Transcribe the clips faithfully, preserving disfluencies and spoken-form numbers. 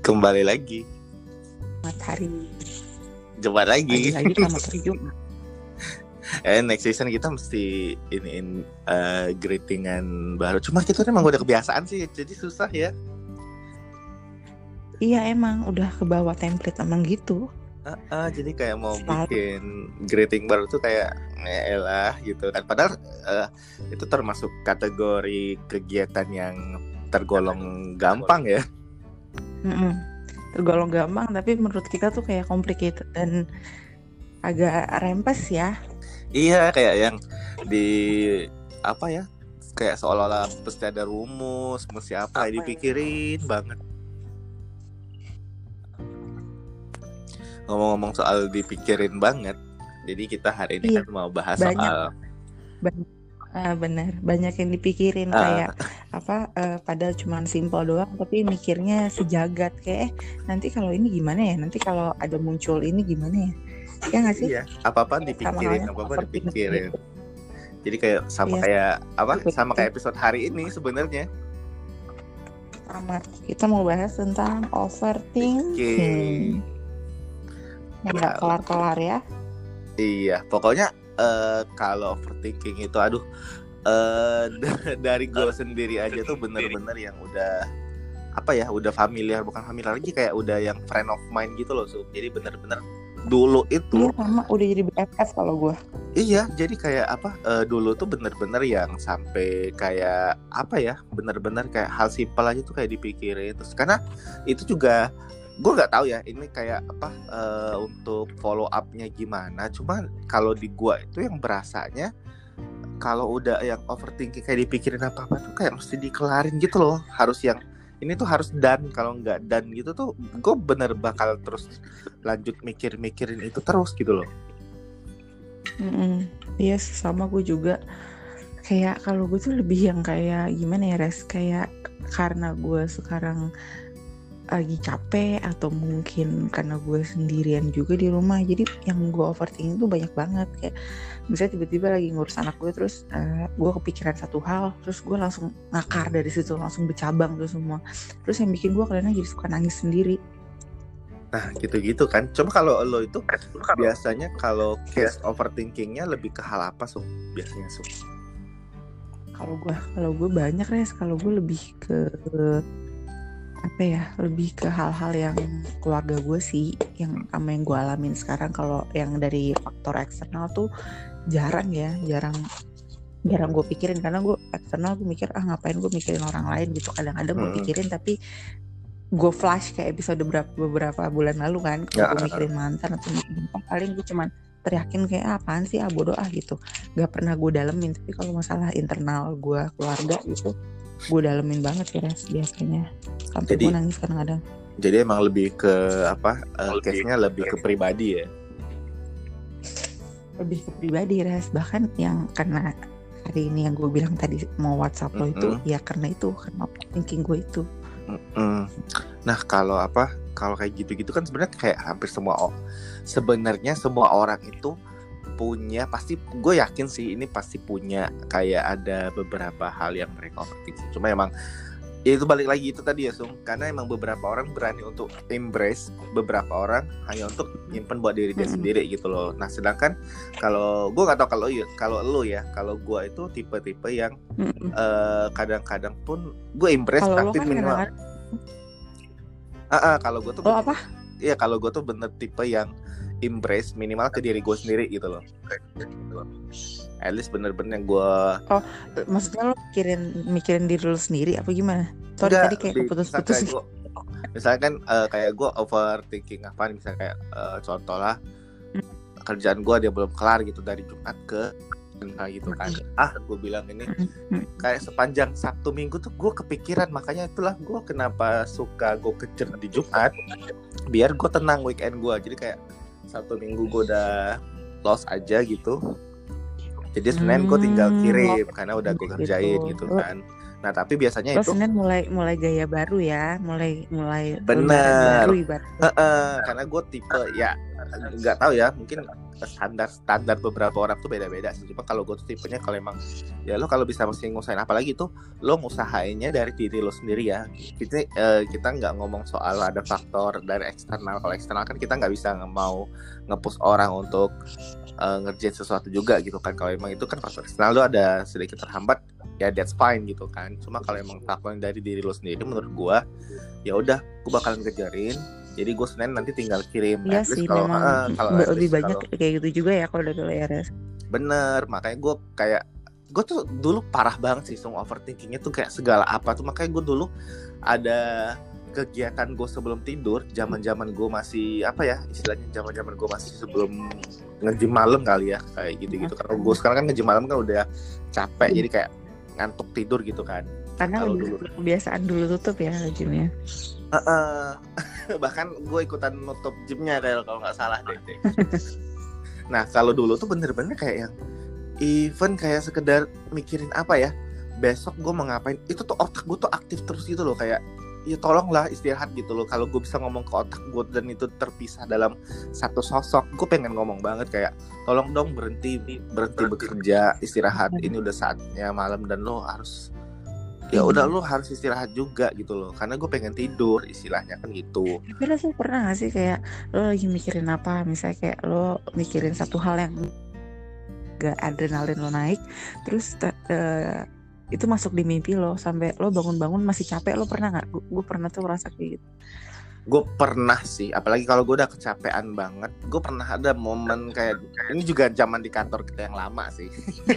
Kembali lagi. Matahari. Jumat lagi. Lagi-lagi sama matahari Jumat. Eh next season kita mesti iniin uh, greetingan baru. Cuma kita emang udah kebiasaan sih, jadi susah ya. Iya emang udah kebawa template emang gitu. Uh, uh, jadi kayak mau Selalu. bikin greeting baru tuh kayak elah gitu kan. Padahal uh, itu termasuk kategori kegiatan yang tergolong gampang ya. Mm-mm. Tergolong gampang tapi menurut kita tuh kayak complicated dan agak rempes ya. Iya, kayak yang di apa ya? Kayak seolah-olah pasti ada rumus, mesti apa, apa dipikirin ya? Banget. Ngomong-ngomong soal dipikirin banget, jadi kita hari ini iya, kan mau bahas banyak, soal banyak, uh, bener banyak yang dipikirin uh, kayak apa? Uh, padahal cuma simpel doang, tapi mikirnya sejagat kayak eh, nanti kalau ini gimana ya? Nanti kalau ada muncul ini gimana ya? Ya nggak sih? Iya, apa-apa dipikirin, apa-apa dipikirin. Jadi kayak sama iya. kayak apa? Sama kayak episode hari ini sebenarnya. Sama. Kita mau bahas tentang overthinking. Nggak kelar-kelar ya? Iya, pokoknya uh, kalau overthinking itu, aduh, uh, dari gue sendiri aja tuh bener-bener yang udah apa ya, udah familiar, bukan familiar lagi, kayak udah yang friend of mine gitu loh, so. Jadi bener-bener dulu itu iya, sama udah jadi B F F kalau gue. Iya, jadi kayak apa uh, dulu tuh bener-bener yang sampai kayak apa ya, bener-bener kayak hal simpel aja tuh kayak dipikirin terus, karena itu juga gue nggak tahu ya ini kayak apa uh, untuk follow up-nya gimana. Cuma kalau di gue itu yang berasanya kalau udah yang overthinking kayak dipikirin apa-apa tuh kayak mesti dikelarin gitu loh, harus yang ini tuh harus done. Kalau nggak done gitu tuh gue bener bakal terus lanjut mikir-mikirin itu terus gitu loh. Iya yes, sama gue juga. Kayak kalau gue tuh lebih yang kayak gimana ya Res, kayak karena gue sekarang lagi capek atau mungkin karena gue sendirian juga di rumah, jadi yang gue overthinking tuh banyak banget. Kayak misalnya tiba-tiba lagi ngurus anak gue, terus uh, gue kepikiran satu hal, terus gue langsung ngakar dari situ, langsung bercabang tuh semua. Terus yang bikin gue kadang jadi suka nangis sendiri. Nah gitu-gitu kan. Cuma kalau lo itu biasanya kalau case overthinkingnya lebih ke hal apa Sung? Biasanya Sung? Kalau gue, kalau gue banyak Res. Kalau gue lebih ke apa ya, lebih ke hal-hal yang keluarga gue sih, yang sama yang gue alamin sekarang. Kalau yang dari faktor eksternal tuh jarang ya, jarang jarang gue pikirin, karena gue eksternal gue mikir ah ngapain gue mikirin orang lain gitu. Kadang-kadang gue pikirin tapi gue flash kayak episode beberapa, beberapa bulan lalu kan, kalau gue mikirin mantan atau mikirin apa, paling gue cuman teriakin kayak ah, apaan sih ah bodoh ah gitu, gak pernah gue dalemin. Tapi kalau masalah internal gue, keluarga gitu, gue dalemin banget ya Res, biasanya sampai gue nangis kadang-kadang. Jadi emang lebih ke apa, uh, case-nya lebih ke pribadi ya? Lebih ke pribadi Res, bahkan yang karena hari ini yang gue bilang tadi mau WhatsApp lo mm-hmm. itu ya karena itu, karena thinking gue itu. Mm-hmm. Nah kalau apa, kalau kayak gitu-gitu kan sebenarnya kayak hampir semua oh, sebenarnya semua orang itu punya, pasti gue yakin sih ini pasti punya kayak ada beberapa hal yang mereka overthinking. Cuma emang ya itu balik lagi itu tadi ya Sung, karena emang beberapa orang berani untuk embrace, beberapa orang hanya untuk nyimpen buat diri dia mm-hmm. sendiri gitu loh. Nah sedangkan kalau gue nggak tahu kalau kalau lo ya, kalau gue itu tipe-tipe yang mm-hmm. uh, kadang-kadang pun gue embrace kalo tapi kan minimal ah uh, uh, kalau gue tuh lo apa? Iya kalau gue tuh bener tipe yang embrace minimal ke diri gue sendiri gitu loh. At least bener-bener yang gue. Oh, maksudnya lo mikirin mikirin diri lo sendiri apa gimana? Sorry tadi kayak putus-putus. Misalkan, misalkan kan uh, kayak gue overthinking apa, misalnya kayak uh, contoh lah hmm. kerjaan gue dia belum kelar gitu dari Jumat ke nah gitu kan. Hmm. Ah, gue bilang ini hmm. kayak sepanjang Sabtu Minggu tuh gue kepikiran, makanya itulah gue kenapa suka gue kejar di Jumat biar gue tenang weekend gue. Jadi kayak Sabtu Minggu gue udah lost aja gitu. Jadi Senin gue tinggal kirim hmm, karena udah gue kerjain gitu, gitu kan. Nah tapi biasanya Lo itu Senin mulai mulai gaya baru ya, mulai mulai lembaran bener, baru ibaratnya. Heeh, karena gue tipe ya nggak tahu ya, mungkin standar standar beberapa orang tuh beda-beda sih. Cuma kalau gue tuh tipenya kalau emang ya lo kalau bisa mesti ngusahain, apalagi tuh lo ngusahainnya dari diri lo sendiri ya. Kita eh, kita nggak ngomong soal ada faktor dari eksternal. Kalau eksternal kan kita nggak bisa mau nge-push orang untuk eh, ngerjain sesuatu juga gitu kan. Kalau emang itu kan faktor eksternal lo ada sedikit terhambat, ya that's fine gitu kan. Cuma kalau emang faktor dari diri lo sendiri, menurut gue ya udah gue bakalan kejarin. Jadi gue Senin nanti tinggal kirim. Iya At least sih, kalau memang uh, kalau b- at lebih least banyak kalau kayak gitu juga ya kalau dari lo ya, Res. bener, makanya gue kayak gue tuh dulu parah banget sih sung overthinkingnya tuh kayak segala apa tuh. Makanya gue dulu ada kegiatan gue sebelum tidur, zaman-zaman gue masih apa ya istilahnya, zaman-zaman gue masih sebelum nge-gym malam kali ya, kayak gitu-gitu. Karena gue sekarang kan nge-gym malam kan udah capek, jadi kayak ngantuk tidur gitu kan. Karena Kalau udah dulu kebiasaan dulu tutup ya gymnya. Uh, uh, bahkan gue ikutan nutup gymnya Rel, kalau nggak salah deh. Nah kalau dulu tuh bener-bener kayak yang even kayak sekedar mikirin apa ya besok gue mau ngapain, itu tuh otak gue tuh aktif terus gitu loh, kayak ya tolonglah istirahat gitu loh. Kalau gue bisa ngomong ke otak gue dan itu terpisah dalam satu sosok, gue pengen ngomong banget kayak tolong dong berhenti berhenti bekerja, istirahat, ini udah saatnya malam dan lo harus ya udah lo harus istirahat juga gitu loh, karena gue pengen tidur istilahnya kan gitu. Tapi lo tuh pernah gak sih kayak lo lagi mikirin apa, misalnya kayak lo mikirin satu hal yang gak adrenalin lo naik, terus uh, itu masuk di mimpi lo sampai lo bangun-bangun masih capek, lo pernah nggak? Gue pernah tuh merasa kayak gitu. Gue pernah sih, apalagi kalau gue udah kecapean banget. Gue pernah ada momen kayak ini juga zaman di kantor kita yang lama sih.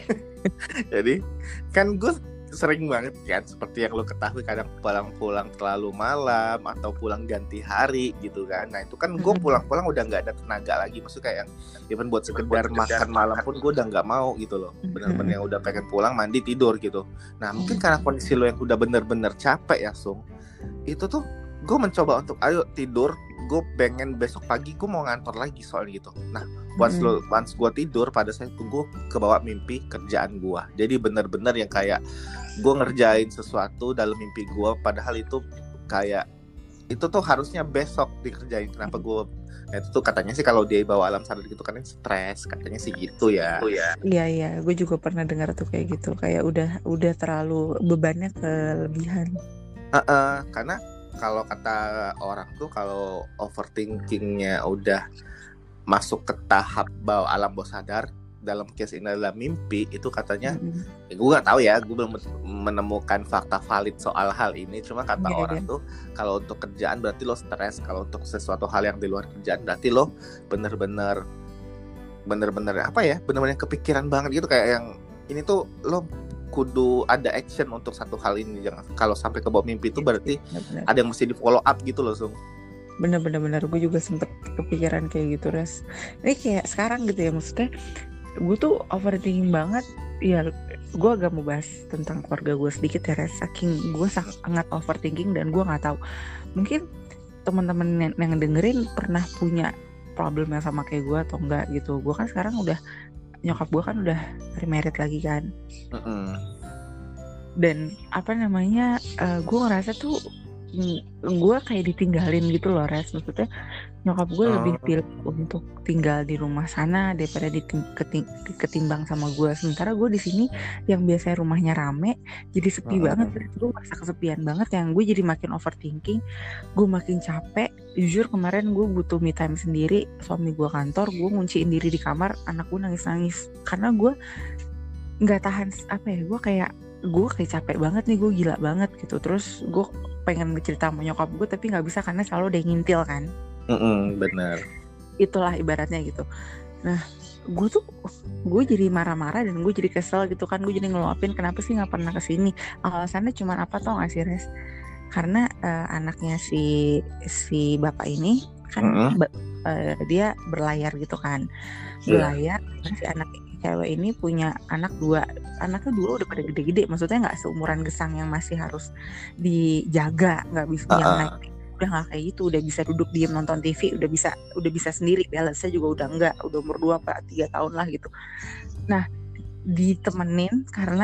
Jadi kan gue sering banget kan, seperti yang lo ketahui, kadang pulang-pulang terlalu malam atau pulang ganti hari gitu kan. Nah itu kan gue pulang-pulang udah nggak ada tenaga lagi, maksudnya kayak yang even buat sekedar makan malam pun gue udah nggak mau gitu loh. Bener-bener yang udah pengen pulang mandi tidur gitu. Nah mungkin karena kondisi lo yang udah bener-bener capek ya Sung, itu tuh gue mencoba untuk ayo tidur, gue pengen besok pagi gue mau ngantor lagi soalnya gitu. Nah once lo once gue tidur, pada saat itu gue kebawa mimpi kerjaan gue. Jadi bener-bener yang kayak gue ngerjain sesuatu dalam mimpi gue, padahal itu kayak itu tuh harusnya besok dikerjain. Kenapa gue nah, itu tuh katanya sih kalau dia bawa alam sadar gitu kan stres, katanya sih gitu ya. Iya iya, gue juga pernah dengar tuh kayak gitu, kayak udah udah terlalu bebannya kelebihan. Uh-uh, karena kalau kata orang tuh kalau overthinkingnya udah masuk ke tahap bawa alam bawah sadar, dalam case ini adalah mimpi, itu katanya mm-hmm. ya gue nggak tahu ya, gue belum menemukan fakta valid soal hal ini. Cuma kata yeah, orang yeah. tuh kalau untuk kerjaan berarti lo stres, kalau untuk sesuatu hal yang di luar kerjaan berarti lo bener-bener bener-bener apa ya, bener-bener kepikiran banget gitu, kayak yang ini tuh lo kudu ada action untuk satu hal ini. Jangan kalau sampai ke bawah mimpi itu berarti bener. Ada yang mesti di follow up gitu loh Sung. Bener-bener gue juga sempet kepikiran kayak gitu Res. Ini kayak sekarang gitu ya, maksudnya gue tuh overthinking banget ya. Gue agak mau bahas tentang keluarga gue sedikit ya Res, saking gue sangat overthinking dan gue nggak tahu, mungkin teman-teman yang, yang dengerin pernah punya problem yang sama kayak gue atau enggak gitu. Gue kan sekarang udah, nyokap gue kan udah remarried lagi kan. uh-uh. Dan apa namanya uh, gue ngerasa tuh gue kayak ditinggalin gitu loh Res. Maksudnya nyokap gue oh. lebih pilih untuk tinggal di rumah sana daripada diting- keting- ketimbang sama gue. Sementara gue di sini yang biasanya rumahnya rame jadi sepi uh-huh. banget. Gue merasa kesepian banget, yang gue jadi makin overthinking, gue makin capek. Jujur kemarin gue butuh me time sendiri. Suami gue kantor, gue ngunciin diri di kamar, anak gue nangis-nangis karena gue nggak tahan apa ya, gue kayak gue kayak capek banget nih, gue gila banget gitu. Terus gue pengen cerita sama nyokap gue tapi nggak bisa karena selalu ada yang ngintil kan. Mm-mm, benar. Itulah ibaratnya gitu. Nah, gue tuh gue jadi marah-marah dan gue jadi kesel gitu kan. Gue jadi ngeluapin kenapa sih nggak pernah kesini. Alasannya cuma apa tau nggak sih Res? Karena uh, anaknya si si bapak ini kan mm-hmm. be- uh, dia berlayar gitu kan. Berlayar. Yeah. Si anak cewek ini punya anak dua. Anaknya dua udah pada gede-gede. Maksudnya nggak seumuran Gesang yang masih harus dijaga, nggak bisa uh-uh. yang naik. Udah nggak kayak gitu, udah bisa duduk diem nonton T V, udah bisa udah bisa sendiri. Balance-nya juga udah enggak, udah umur dua apa tiga tahun lah gitu. Nah, ditemenin karena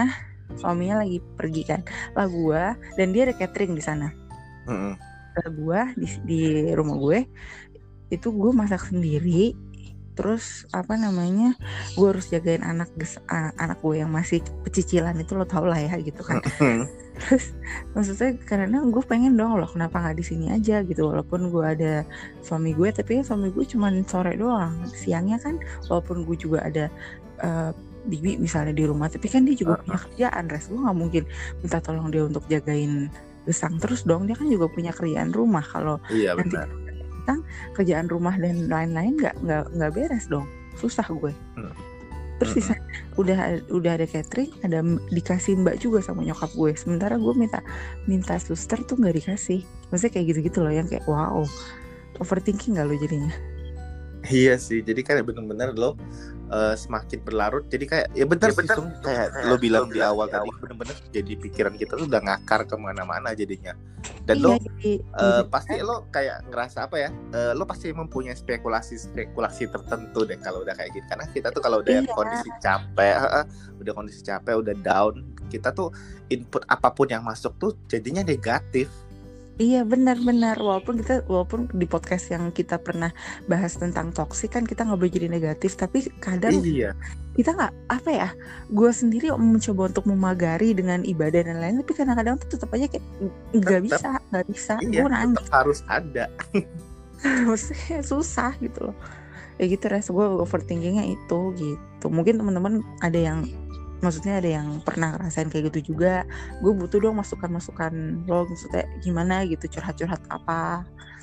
suaminya lagi pergi kan, lah gue dan dia ada catering di sana. Mm-mm. Lah gue di, di rumah gue itu gue masak sendiri. Terus apa namanya, gue harus jagain anak uh, anak gue yang masih pecicilan itu, lo tau lah ya gitu kan. Terus maksudnya karena gue pengen dong, loh kenapa nggak di sini aja gitu, walaupun gue ada suami gue, tapi suami gue cuma sore doang, siangnya kan walaupun gue juga ada uh, bibi misalnya di rumah, tapi kan dia juga punya kerjaan, res gue nggak mungkin minta tolong dia untuk jagain gesang terus dong, dia kan juga punya kerjaan rumah. Kalau Iya nanti benar. tentang kerjaan rumah dan lain-lain nggak nggak nggak beres dong, susah gue. Hmm. Terus sisa udah udah ada catering, ada dikasih mbak juga sama nyokap gue, sementara gue minta minta suster tuh nggak dikasih. Maksudnya kayak gitu-gitu loh yang kayak wow, overthinking nggak lo jadinya? Iya sih, jadi kayak bener-bener lo uh, semakin berlarut, jadi kayak ya bener, ya sih Sung, kayak, kayak lo bilang di awal tadi, bener-bener jadi pikiran kita tuh udah ngakar kemana-mana jadinya. Dan iya, lo jadi, uh, jadi, pasti kan? Lo kayak ngerasa apa ya, uh, lo pasti mempunyai spekulasi-spekulasi tertentu deh kalau udah kayak gitu. Karena kita tuh kalau udah iya. kondisi capek, uh, udah kondisi capek, udah down, kita tuh input apapun yang masuk tuh jadinya negatif. Iya benar-benar, walaupun kita walaupun di podcast yang kita pernah bahas tentang toksik kan kita nggak boleh jadi negatif, tapi kadang iya. kita nggak apa ya, gue sendiri mencoba untuk memagari dengan ibadah dan lain, tapi kadang-kadang tuh tetap aja kayak nggak bisa nggak bisa iya, gue nangis harus ada. maksudnya susah gitu loh ya gitu, res gue overthinkingnya itu gitu. Mungkin teman-teman ada yang maksudnya ada yang pernah ngerasain kayak gitu juga. Gue butuh dong masukan-masukan lo, maksudnya gimana gitu, curhat-curhat apa.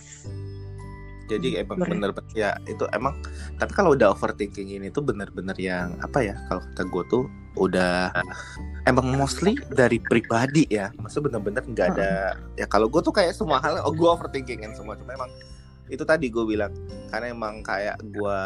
Jadi emang bener-bener ya itu emang. Tapi kalau udah overthinking ini tuh bener-bener yang apa ya, kalau kata gue tuh udah emang mostly dari pribadi ya. Maksudnya bener-bener gak ada uh-uh. ya kalau gue tuh kayak semua hal oh gue overthinkingin semua. Cuma emang itu tadi gue bilang, karena emang kayak gue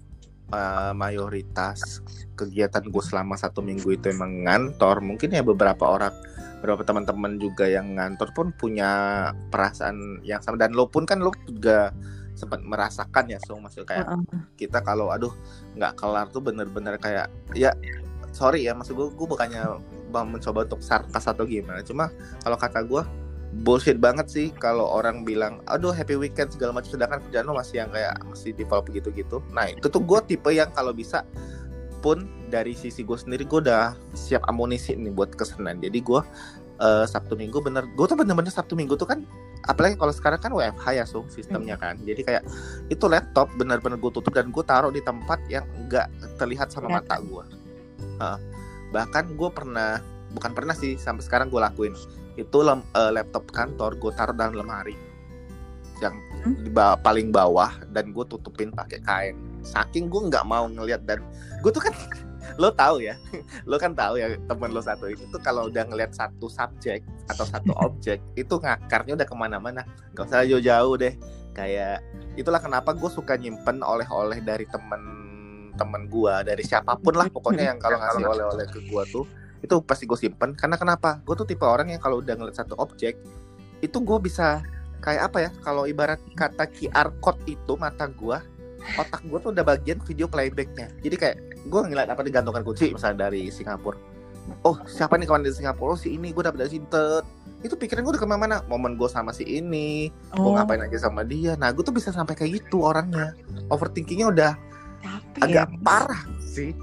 Uh, mayoritas kegiatan gue selama satu minggu itu emang ngantor. Mungkin ya beberapa orang, beberapa teman-teman juga yang ngantor pun punya perasaan yang sama. Dan lo pun kan lo juga sempat merasakan ya, so maksudnya kayak uh-uh. kita kalau aduh nggak kelar tuh bener-bener kayak ya sorry ya, maksud gue gue bukannya mencoba untuk sarkas atau gimana, cuma kalau kata gue bullshit banget sih kalau orang bilang aduh happy weekend segala macam, sedangkan kerjaan lo masih yang kayak masih develop gitu-gitu. Nah itu tuh gue tipe yang kalau bisa pun dari sisi gue sendiri gue udah siap amunisi nih buat kesenangan. Jadi gue uh, Sabtu Minggu bener, gue tuh bener-bener Sabtu Minggu tuh kan, apalagi kalau sekarang kan W F H ya so sistemnya kan, jadi kayak itu laptop bener-bener gue tutup dan gue taruh di tempat yang nggak terlihat sama mata gue. uh, bahkan gue pernah bukan pernah sih sampai sekarang gue lakuin itu lem, uh, laptop kantor gue taruh dalam lemari yang hmm? di bawah, paling bawah, dan gue tutupin pakai kain. Saking gue nggak mau ngelihat, dan gue tuh kan lo tahu ya, lo kan tahu ya teman lo satu itu tuh kalau udah ngelihat satu subjek atau satu objek itu ngakarnya udah kemana-mana, nggak usah jauh-jauh deh. Kayak itulah kenapa gue suka nyimpen oleh-oleh dari temen-temen gue, dari siapapun lah pokoknya yang kalau ngasih oleh-oleh ke gue tuh itu pasti gue simpen. Karena kenapa? Gue tuh tipe orang yang kalau udah ngeliat satu objek itu gue bisa kayak apa ya, kalau ibarat kata Q R code itu mata gue, otak gue tuh udah bagian video playbacknya. Jadi kayak gue ngeliat apa digantungkan kunci misalnya dari Singapura, oh siapa nih kawan dari Singapura, oh si ini gue dapet dari sini, itu pikiran gue udah kemana-mana, momen gue sama si ini, oh. gue ngapain aja sama dia. Nah gue tuh bisa sampai kayak gitu orangnya, overthinkingnya udah Tapi agak ya. parah sih.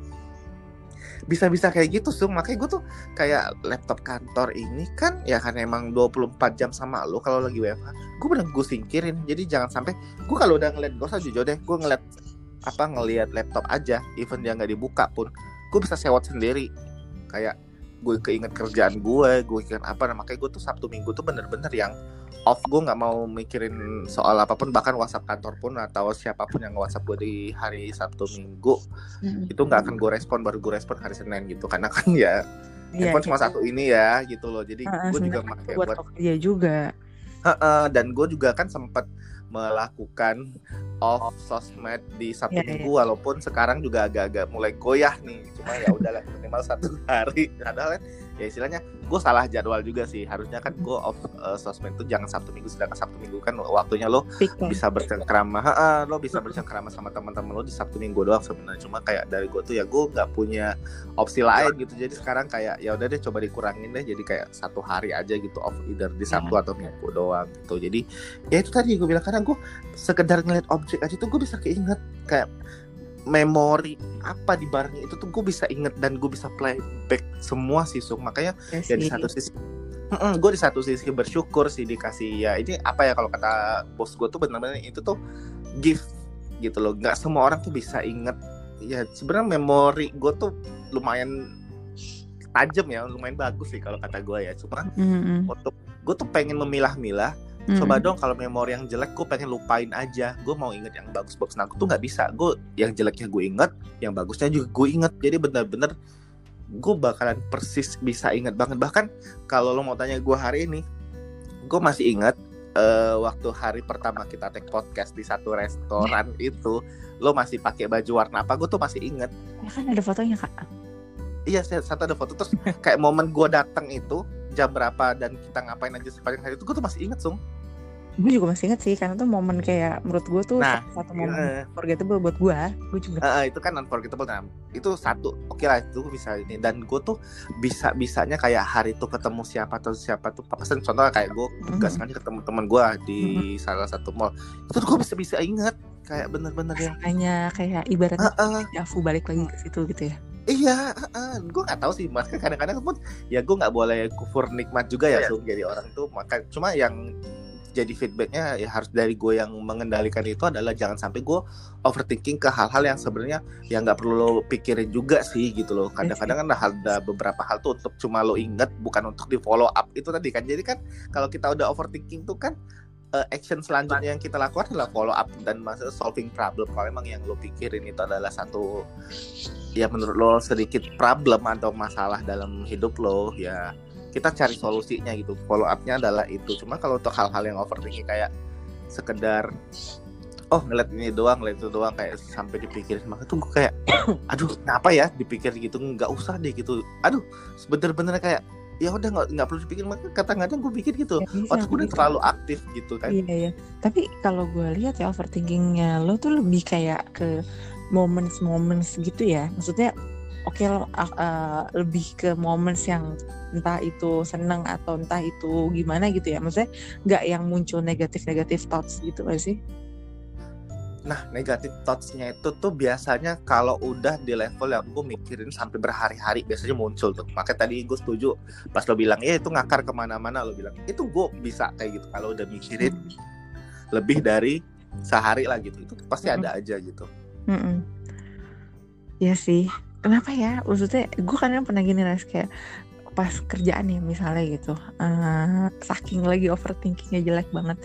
Bisa-bisa kayak gitu Sung. Makanya gue tuh kayak laptop kantor ini kan ya kan emang dua puluh empat jam sama lo kalau lagi W F H, gue bener gue singkirin. Jadi jangan sampai gue kalau udah ngeliat, gue usah jujur deh, gue ngeliat apa ngeliat laptop aja, even dia nggak dibuka pun gue bisa sewot sendiri. Kayak gue keinget kerjaan gue, gue keinget apa. Nah makanya gue tuh Sabtu Minggu tuh bener-bener yang off, gue nggak mau mikirin soal apapun, bahkan WhatsApp kantor pun atau siapapun yang WhatsApp gue di hari Sabtu Minggu hmm. itu nggak akan gue respon, baru gue respon hari Senin gitu. Karena kan ya yeah, handphone cuma satu ini ya gitu loh. Jadi uh, gue juga pakai buat kerja juga. Uh, uh, dan gue juga kan sempat melakukan off sosmed di Sabtu yeah, Minggu, yeah. walaupun sekarang juga agak-agak mulai goyah nih. Cuma ya udahlah minimal satu hari. Padahal kan ya istilahnya gue salah jadwal juga sih. Harusnya kan gue off uh, sosmed tuh jangan Sabtu Minggu, sedangkan Sabtu Minggu kan waktunya lo Weekend. bisa bercengkrama, ha, lo bisa bercengkrama sama teman-teman lo di Sabtu Minggu doang sebenarnya. Cuma kayak dari gue tuh ya gue nggak punya opsi lain gitu. Jadi sekarang kayak ya udah deh coba dikurangin deh. Jadi kayak satu hari aja gitu off, either di Sabtu atau Minggu doang gitu. Jadi ya itu tadi gue bilang, karena gue sekedar ngeliat objek aja tuh gue bisa keinget kayak memori apa di barangnya itu tuh gue bisa inget dan gue bisa playback semua sih Sung. Makanya Ya ya di sih. satu sisi gue di satu sisi bersyukur sih dikasih ya ini apa ya, kalau kata bos gue tuh benar-benar itu tuh gift gitu loh. Nggak semua orang tuh bisa inget. Ya sebenarnya memori gue tuh lumayan tajam ya, lumayan bagus sih kalau kata gue ya. Cuma Mm-mm. untuk gue tuh pengen memilah-milah. Mm-mm. Coba dong kalau memori yang jelek gue pengen lupain aja. Gue mau inget yang bagus-bagus. Nah gue tuh gak bisa. Gue yang jeleknya gue inget, yang bagusnya juga gue inget. Jadi bener-bener gue bakalan persis bisa inget banget. Bahkan kalau lo mau tanya gue hari ini, gue masih inget uh, waktu hari pertama kita take podcast di satu restoran itu, lo masih pakai baju warna apa, gue tuh masih inget. Ya kan ada fotonya Kak. Iya, satu ada foto. Terus kayak momen gue datang itu jam berapa dan kita ngapain aja sepanjang hari itu, gue tuh masih inget Sung. Gue juga masih inget sih, karena tuh momen kayak menurut gue tuh Nah, satu momen uh, unforgettable buat gue. Gue juga. uh, itu kan unforgettable. Nah, itu satu. Oke lah, itu bisa ini. Dan gue tuh bisa-bisanya kayak hari itu ketemu siapa atau siapa tuh. Papasan contohnya kayak gue Mm-hmm. gak sengaja ketemu teman gue di Mm-hmm. salah satu mall. Itu tuh gue bisa-bisa inget. Kayak bener-bener yang hanya kayak ibaratnya uh, uh, Javu balik lagi ke situ gitu ya. Iya, uh, gue nggak tahu sih, mas. Kadang-kadang pun ya gue nggak boleh kufur nikmat juga ya, Sung. Jadi orang tuh maka cuma yang jadi feedbacknya ya harus dari gue yang mengendalikan itu adalah jangan sampai gue overthinking ke hal-hal yang sebenarnya yang nggak perlu lo pikirin juga sih gitu loh. Kadang-kadang kan ada beberapa hal tuh untuk cuma lo inget, bukan untuk di follow up itu tadi kan. Jadi kan kalau kita udah overthinking tuh kan uh, action selanjutnya yang kita lakukan adalah follow up dan maksudnya solving problem. Kalau emang yang lo pikirin itu adalah satu ya menurut lo sedikit problem atau masalah dalam hidup lo, ya kita cari solusinya gitu. Follow up-nya adalah itu. Cuma kalau untuk hal-hal yang overthinking kayak sekedar oh ngeliat ini doang, ngeliat itu doang, kayak sampai dipikirin, maka tuh gue kayak aduh kenapa ya dipikir gitu, nggak usah deh gitu. Aduh bener-bener kayak ya udah nggak nggak perlu dipikir. Maka kadang-kadang gue pikir gitu, otak gue udah terlalu aktif gitu kan. Iya ya. Tapi kalau gue lihat ya overthinkingnya lo tuh lebih kayak ke moments-moments gitu ya. Maksudnya oke okay, lo uh, lebih ke moments yang entah itu seneng atau entah itu gimana gitu ya. Maksudnya nggak yang muncul negatif-negatif thoughts gitu gak sih? Nah, negatif thoughts-nya itu tuh biasanya kalau udah di level yang gue mikirin sampai berhari-hari biasanya muncul tuh. Makanya tadi gue setuju pas lo bilang ya itu ngakar kemana-mana, lo bilang itu gue bisa kayak gitu kalau udah mikirin hmm. lebih dari sehari lah gitu, itu pasti hmm. ada aja gitu. Hmm. Ya sih. Kenapa ya? Maksudnya gue kadang pernah gini Res, kayak pas kerjaan nih misalnya gitu, uh, saking lagi overthinkingnya jelek banget.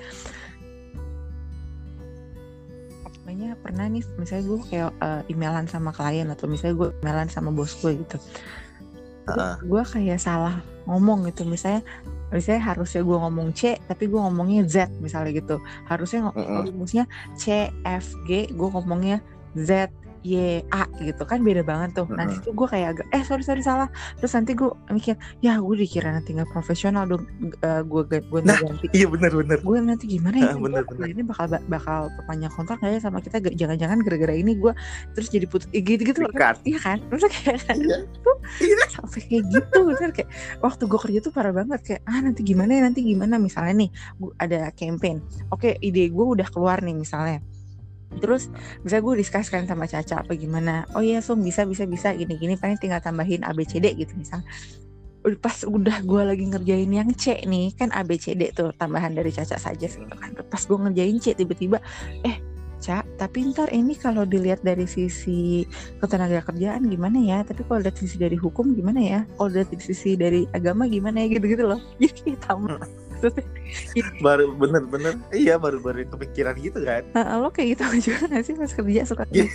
Pokoknya pernah nih, misalnya gue kayak uh, emailan sama klien atau misalnya gue emailan sama bos gue gitu. Uh. Gue kayak salah ngomong gitu, misalnya misalnya harusnya gue ngomong C tapi gue ngomongnya Z misalnya gitu. Harusnya ngomongnya C F G, gue ngomongnya Z Y A gitu kan, beda banget tuh. Nah situ gue kayak agak eh sorry sorry salah. Terus nanti gue mikir ya gue dikira nanti nggak profesional dong, uh, gue gue nah, ganti. Iya benar-benar. Gue nanti gimana ya? Nah, bener, ini bakal bakal perpanjang kontrak nggak ya sama kita? Jangan-jangan gara-gara ini gue terus jadi putus gitu-gitu kan? Iya kan? Terus kayak iya. tuh sampai kayak gitu, bener kayak waktu gue kerja tuh parah banget kayak ah nanti gimana ya nanti gimana misalnya nih gue ada campaign, oke ide gue udah keluar nih misalnya. Terus bisa gue discuss kan sama Caca apa gimana, oh iya Sung bisa bisa bisa gini-gini, paling tinggal tambahin A B C D gitu misal. Pas udah gue lagi ngerjain yang C nih kan A B C D tuh tambahan dari Caca saja gitu kan. Pas gue ngerjain C tiba-tiba eh Ca, tapi ntar ini kalau dilihat dari sisi ketenaga kerjaan gimana ya, tapi kalau dari sisi dari hukum gimana ya, kalau dari sisi dari agama gimana ya, gitu-gitu loh. Jadi tambah baru bener-bener iya baru-baru kepikiran gitu kan. Nah, lo kayak gitu juga gak sih pas kerja suka gitu?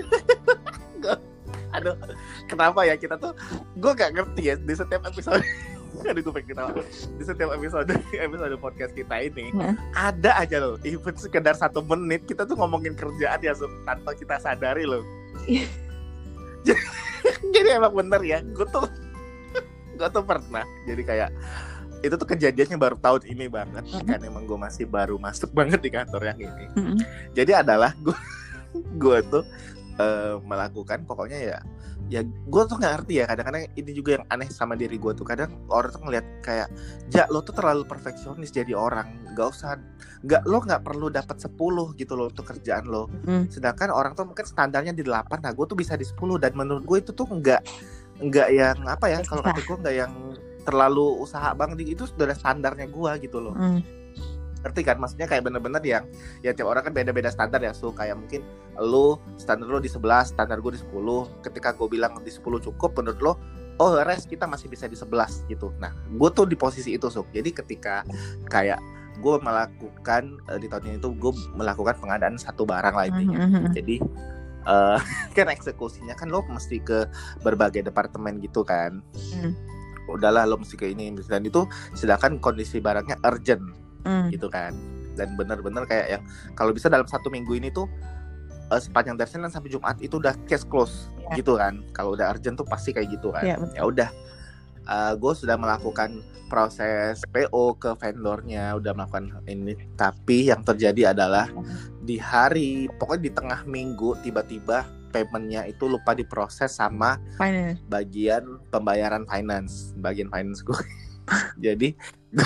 Aduh kenapa ya kita tuh, gue gak ngerti ya di setiap episode aduh gue pengen ketawa, di setiap episode episode podcast kita ini nah. ada aja loh even sekedar satu menit kita tuh ngomongin kerjaan ya tanpa kita sadari loh. Jadi emang bener ya, gue tuh gue tuh pernah jadi kayak itu tuh kejadiannya baru tahun ini banget mm-hmm. kan emang gue masih baru masuk banget di kantor yang ini. Mm-hmm. Jadi adalah gue gue tuh uh, melakukan pokoknya ya ya gue tuh nggak ngerti ya, kadang-kadang ini juga yang aneh sama diri gue tuh, kadang orang tuh ngeliat kayak ja lo tuh terlalu perfeksionis jadi orang, nggak usah nggak lo nggak perlu dapat sepuluh gitu loh untuk kerjaan lo, mm. sedangkan orang tuh mungkin standarnya di delapan, nah gue tuh bisa di sepuluh, dan menurut gue itu tuh nggak nggak yang apa ya, kalau kata gue nggak yang terlalu usaha banget, itu sudah standarnya gue gitu loh. Mm. Ngerti kan, maksudnya kayak bener-bener yang ya tiap orang kan beda-beda standar ya, so kayak mungkin lo standar lo di sebelas, standar gue di sepuluh, ketika gue bilang di sepuluh cukup, menurut lo oh rest kita masih bisa di sebelas gitu. Nah gue tuh di posisi itu Suk, jadi ketika kayak gue melakukan uh, di tahun ini tuh gue melakukan pengadaan satu barang lah intinya. Mm-hmm. Jadi uh, kan eksekusinya kan lo mesti ke berbagai departemen gitu kan. Mm. Udahlah lo mesti ke ini, dan itu sedangkan kondisi barangnya urgent. Mm. Gitu kan, dan bener-bener kayak yang kalau bisa dalam satu minggu ini tuh uh, sepanjang dari Senin sampai Jumat itu udah case close, yeah. gitu kan. Kalau udah urgent tuh pasti kayak gitu kan. Yeah, ya udah, uh, gue sudah melakukan proses P O ke vendornya, udah melakukan ini, tapi yang terjadi adalah di hari pokoknya di tengah minggu tiba-tiba paymentnya itu lupa diproses sama finance. Bagian pembayaran finance, bagian finance gue. Jadi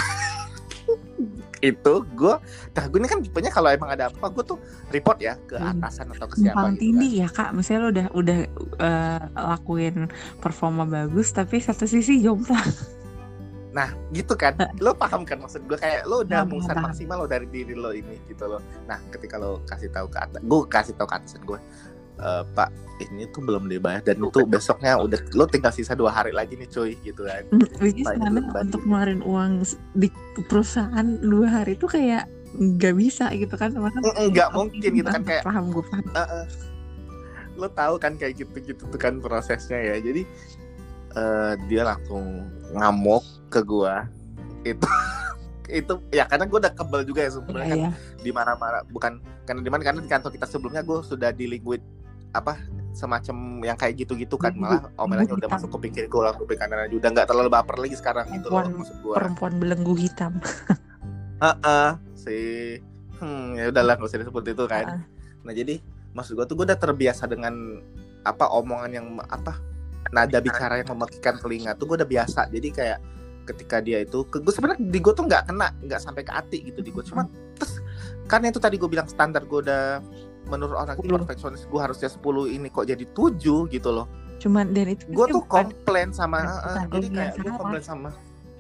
itu gue, nah gue ini kan tipenya kalau emang ada apa gue tuh report ya ke atasan atau ke siapa Numpang gitu tindih kan. Ya kak, misalnya lo udah udah uh, lakuin performa bagus tapi satu sisi jomplang. Nah gitu kan, lo paham kan maksud gue, kayak lo udah mengusahakan maksimal lo dari diri lo ini gitu lo. Nah ketika lo kasih tahu ke atas, gue kasih tahu ke atasan gue, Uh, Pak ini tuh belum dibayar dan itu besoknya udah lo tinggal sisa dua hari lagi nih cuy gitu kan. Jadi sebenarnya untuk ngeluarin uang di perusahaan dua hari itu kayak nggak bisa gitu kan, kan nggak mungkin gitu kan, kayak paham gue paham. Uh, uh, lo tahu kan kayak gitu-gitu tuh kan prosesnya ya. Jadi uh, dia langsung ngamuk ke gue itu itu ya karena gue udah kebel juga ya sebenarnya yeah, kan yeah. di mana-mana, bukan karena di mana, karena di kantor kita sebelumnya gue sudah dealing with apa semacam yang kayak gitu-gitu kan, malah omelannya udah masuk ke pikir gue, langsung ke kanan aja, udah nggak terlalu baper lagi sekarang gitu loh maksud gue. Perempuan belenggu hitam. Heeh, uh-uh, sih. Hmm, ya udahlah nggak usah disebut itu kan. Uh-uh. Nah jadi maksud gue tuh gue udah terbiasa dengan apa omongan yang apa nada bicara yang memekikkan telinga tuh gue udah biasa. Jadi kayak ketika dia itu ke gue, sebenarnya di gue tuh nggak kena, nggak sampai ke hati gitu di gue, cuma terus karena itu tadi gue bilang standar gue udah menurut orang itu perfeksionis, gue harusnya sepuluh, ini kok jadi tujuh gitu loh. Cuman dan itu gue tuh komplain sama uh, jadi kayak gue komplain sama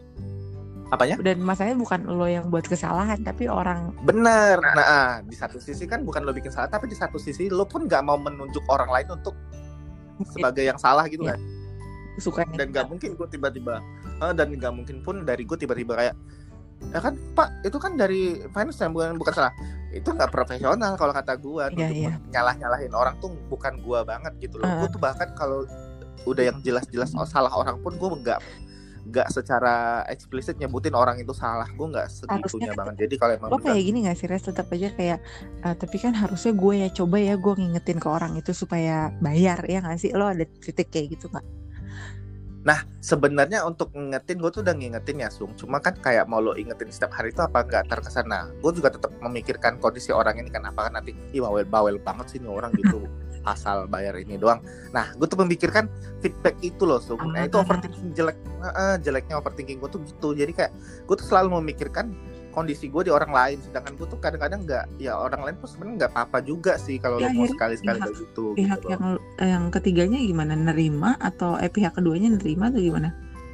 apanya? Dan masalahnya bukan lo yang buat kesalahan tapi orang. Bener. Nah di satu sisi kan bukan lo bikin salah, tapi di satu sisi lo pun nggak mau menunjuk orang lain untuk sebagai yang salah gitu kan. Suka dan nggak mungkin gue tiba-tiba uh, dan nggak mungkin pun dari gue tiba-tiba kayak ya kan Pak itu kan dari finance yang bukan bukan salah, itu nggak profesional kalau kata gue. Yeah, yeah. Nyalah-nyalahin orang tuh bukan gue banget gitu loh. Uh. Gue tuh bahkan kalau udah yang jelas-jelas oh, salah orang pun gue nggak nggak secara eksplisit nyebutin orang itu salah, gue nggak segitunya banget. Jadi kalau emang lo kayak gini nggak sih Res, tetap aja kayak uh, tapi kan harusnya gue ya coba ya gue ngingetin ke orang itu supaya bayar ya nggak sih, lo ada titik kayak gitu nggak? Nah sebenarnya untuk ngingetin gue tuh udah ngingetin ya Sung, cuma kan kayak mau lo ingetin setiap hari itu apa nggak terkesan. Nah gue juga tetap memikirkan kondisi orang ini kan, apakah nanti ih bawel-bawel banget sih nih orang gitu asal bayar ini doang. Nah gue tuh memikirkan feedback itu loh Sung. Nah itu overthinking jelek, uh, jeleknya overthinking gue tuh gitu. Jadi kayak gue tuh selalu memikirkan kondisi gue di orang lain, sedangkan gue tuh kadang-kadang nggak, ya orang lain tuh sebenarnya nggak apa-apa juga sih kalau ya, lo mau sekali-sekali kayak gitu. Pihak gitu yang yang ketiganya gimana, nerima atau eh pihak keduanya nerima atau gimana?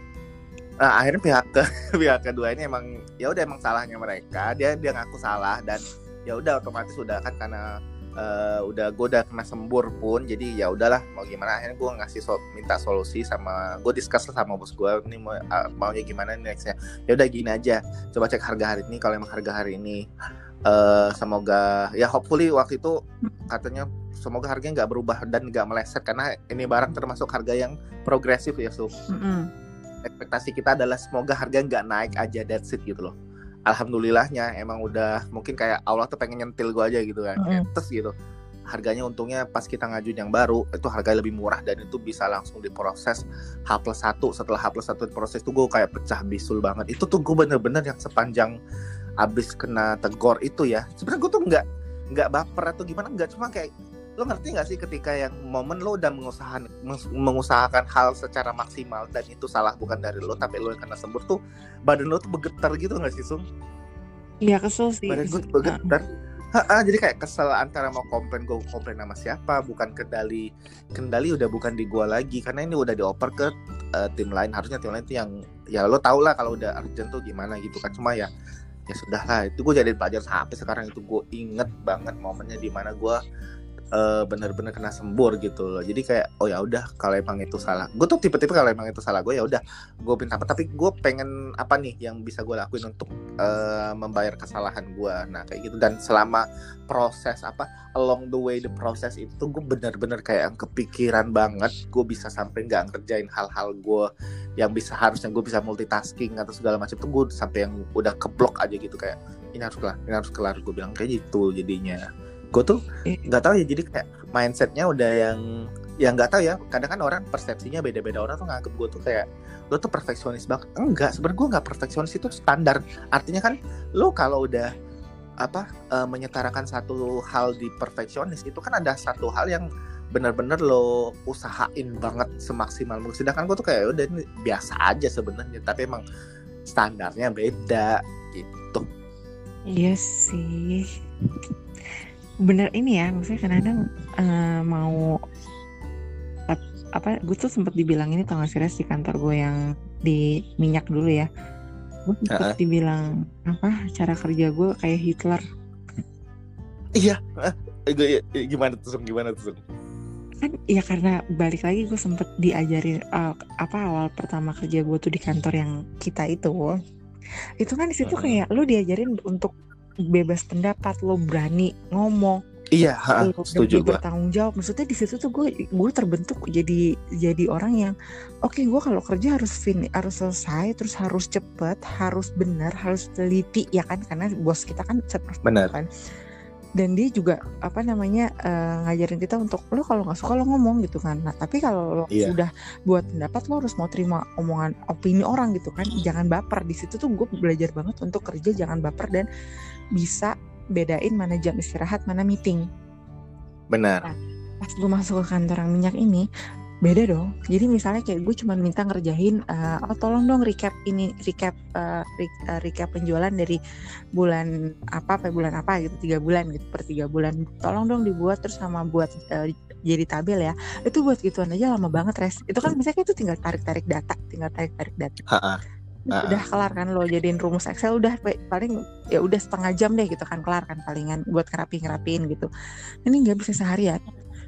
Nah, akhirnya pihak ke pihak kedua ini emang ya udah emang salahnya mereka, dia dia ngaku salah dan ya udah otomatis udah kan karena uh, udah gue udah kena sembur pun, jadi ya udahlah mau gimana, akhirnya gue ngasih so, minta solusi sama gue, discuss sama bos gue ini mau uh, maunya gimana nih nextnya. Ya udah gini aja, coba cek harga hari ini, kalau emang harga hari ini uh, semoga ya hopefully waktu itu katanya semoga harganya nggak berubah dan nggak meleset karena ini barang termasuk harga yang progresif ya so. Mm-hmm. Ekspektasi kita adalah semoga harga nggak naik aja, that's it gitu loh. Alhamdulillahnya emang udah mungkin kayak Allah tuh pengen nyentil gue aja gitu kan, mm-hmm. terus gitu harganya untungnya pas kita ngajuin yang baru itu harganya lebih murah dan itu bisa langsung diproses H plus satu. Setelah H plus satu diproses tuh gue kayak pecah bisul banget. Itu tuh gue bener-bener yang sepanjang abis kena tegor itu ya, sebenarnya gue tuh nggak nggak baper atau gimana, nggak, cuma kayak lo ngerti nggak sih ketika yang momen lo udah mengusahakan mengusahakan hal secara maksimal dan itu salah bukan dari lo tapi lo yang kena sembur tuh badan lo tuh bergetar gitu nggak sih Sung? Iya kesel sih. Badan gue tuh bergetar. Ha-ha, jadi kayak kesel antara mau komplain gue komplain sama siapa, bukan kendali kendali udah bukan di gue lagi karena ini udah dioper ke uh, tim lain. Harusnya tim lain tuh yang ya lo tau lah kalau udah urgent tuh gimana gitu kan, cuma ya ya sudah lah, itu gue jadi pelajar sampai sekarang. Itu gue inget banget momennya di mana gue uh, bener-bener kena sembur gitu loh. Jadi kayak oh ya udah kalau emang itu salah gue tuh tipe-tipe kalau emang itu salah gue ya udah gue minta apa, tapi gue pengen apa nih yang bisa gue lakuin untuk uh, membayar kesalahan gue. Nah kayak gitu. Dan selama proses apa along the way the process itu gue bener-bener kayak yang kepikiran banget gue bisa sampai nggak ngerjain hal-hal gue yang bisa harusnya gue bisa multitasking atau segala macam tuh gue sampai yang udah keblok aja gitu, kayak ini harus kelar, ini harus kelar, gue bilang kayak gitu. Jadinya gue tuh nggak tahu ya, jadi kayak mindsetnya udah yang yang nggak tahu ya, kadang kan orang persepsinya beda-beda. Orang tuh nganggep gue tuh kayak lo tuh perfeksionis banget. Enggak, sebenarnya gue nggak perfeksionis, itu standar. Artinya kan lo kalau udah apa uh, menyetarakan satu hal di perfeksionis itu kan ada satu hal yang benar-benar lo usahain banget semaksimal mungkin. Sedangkan gue tuh kayak udah ini biasa aja sebenarnya, tapi emang standarnya beda gitu. Iya sih, bener ini ya, maksudnya kadang-kadang uh, mau apa, gue tuh sempat dibilang ini tau gak sih Res, di kantor gue yang di minyak dulu ya, gue sempat uh-uh. dibilang apa, cara kerja gue kayak Hitler. Iya, gimana tuh gimana tuh kan ya karena balik lagi gue sempet diajarin uh, apa awal pertama kerja gue tuh di kantor yang kita itu itu kan di situ uh-huh. kayak lo diajarin untuk bebas pendapat, lo berani ngomong, iya, ha, lo setuju gue, bertanggung jawab. Maksudnya di situ tuh gue gue terbentuk jadi jadi orang yang oke okay, gue kalau kerja harus fin harus selesai, terus harus cepet, harus benar, harus teliti ya kan, karena bos kita kan benar kan. Dan dia juga apa namanya uh, ngajarin kita untuk lo kalau nggak suka lo ngomong gitu kan. Nah tapi kalau lo iya. sudah buat pendapat, lo harus mau terima omongan opini orang gitu kan. Jangan baper. Di situ tuh gue belajar banget untuk kerja jangan baper dan bisa bedain mana jam istirahat, mana meeting. Benar. Nah, pas gue masuk ke kantor yang minyak ini beda dong. Jadi misalnya kayak gue cuma minta ngerjain uh, oh tolong dong recap ini recap uh, re- uh, recap penjualan dari bulan apa sampai bulan apa gitu, tiga bulan gitu, per tiga bulan tolong dong dibuat, terus sama buat uh, jadi tabel ya. Itu buat gituan aja lama banget Res. Itu kan misalnya itu tinggal tarik-tarik data, tinggal tarik-tarik data. Ha-ha. Udah kelar kan, lo jadiin rumus Excel udah paling ya udah setengah jam deh gitu kan, kelar kan palingan buat ngerapi-ngerapiin gitu. Ini nggak bisa seharian.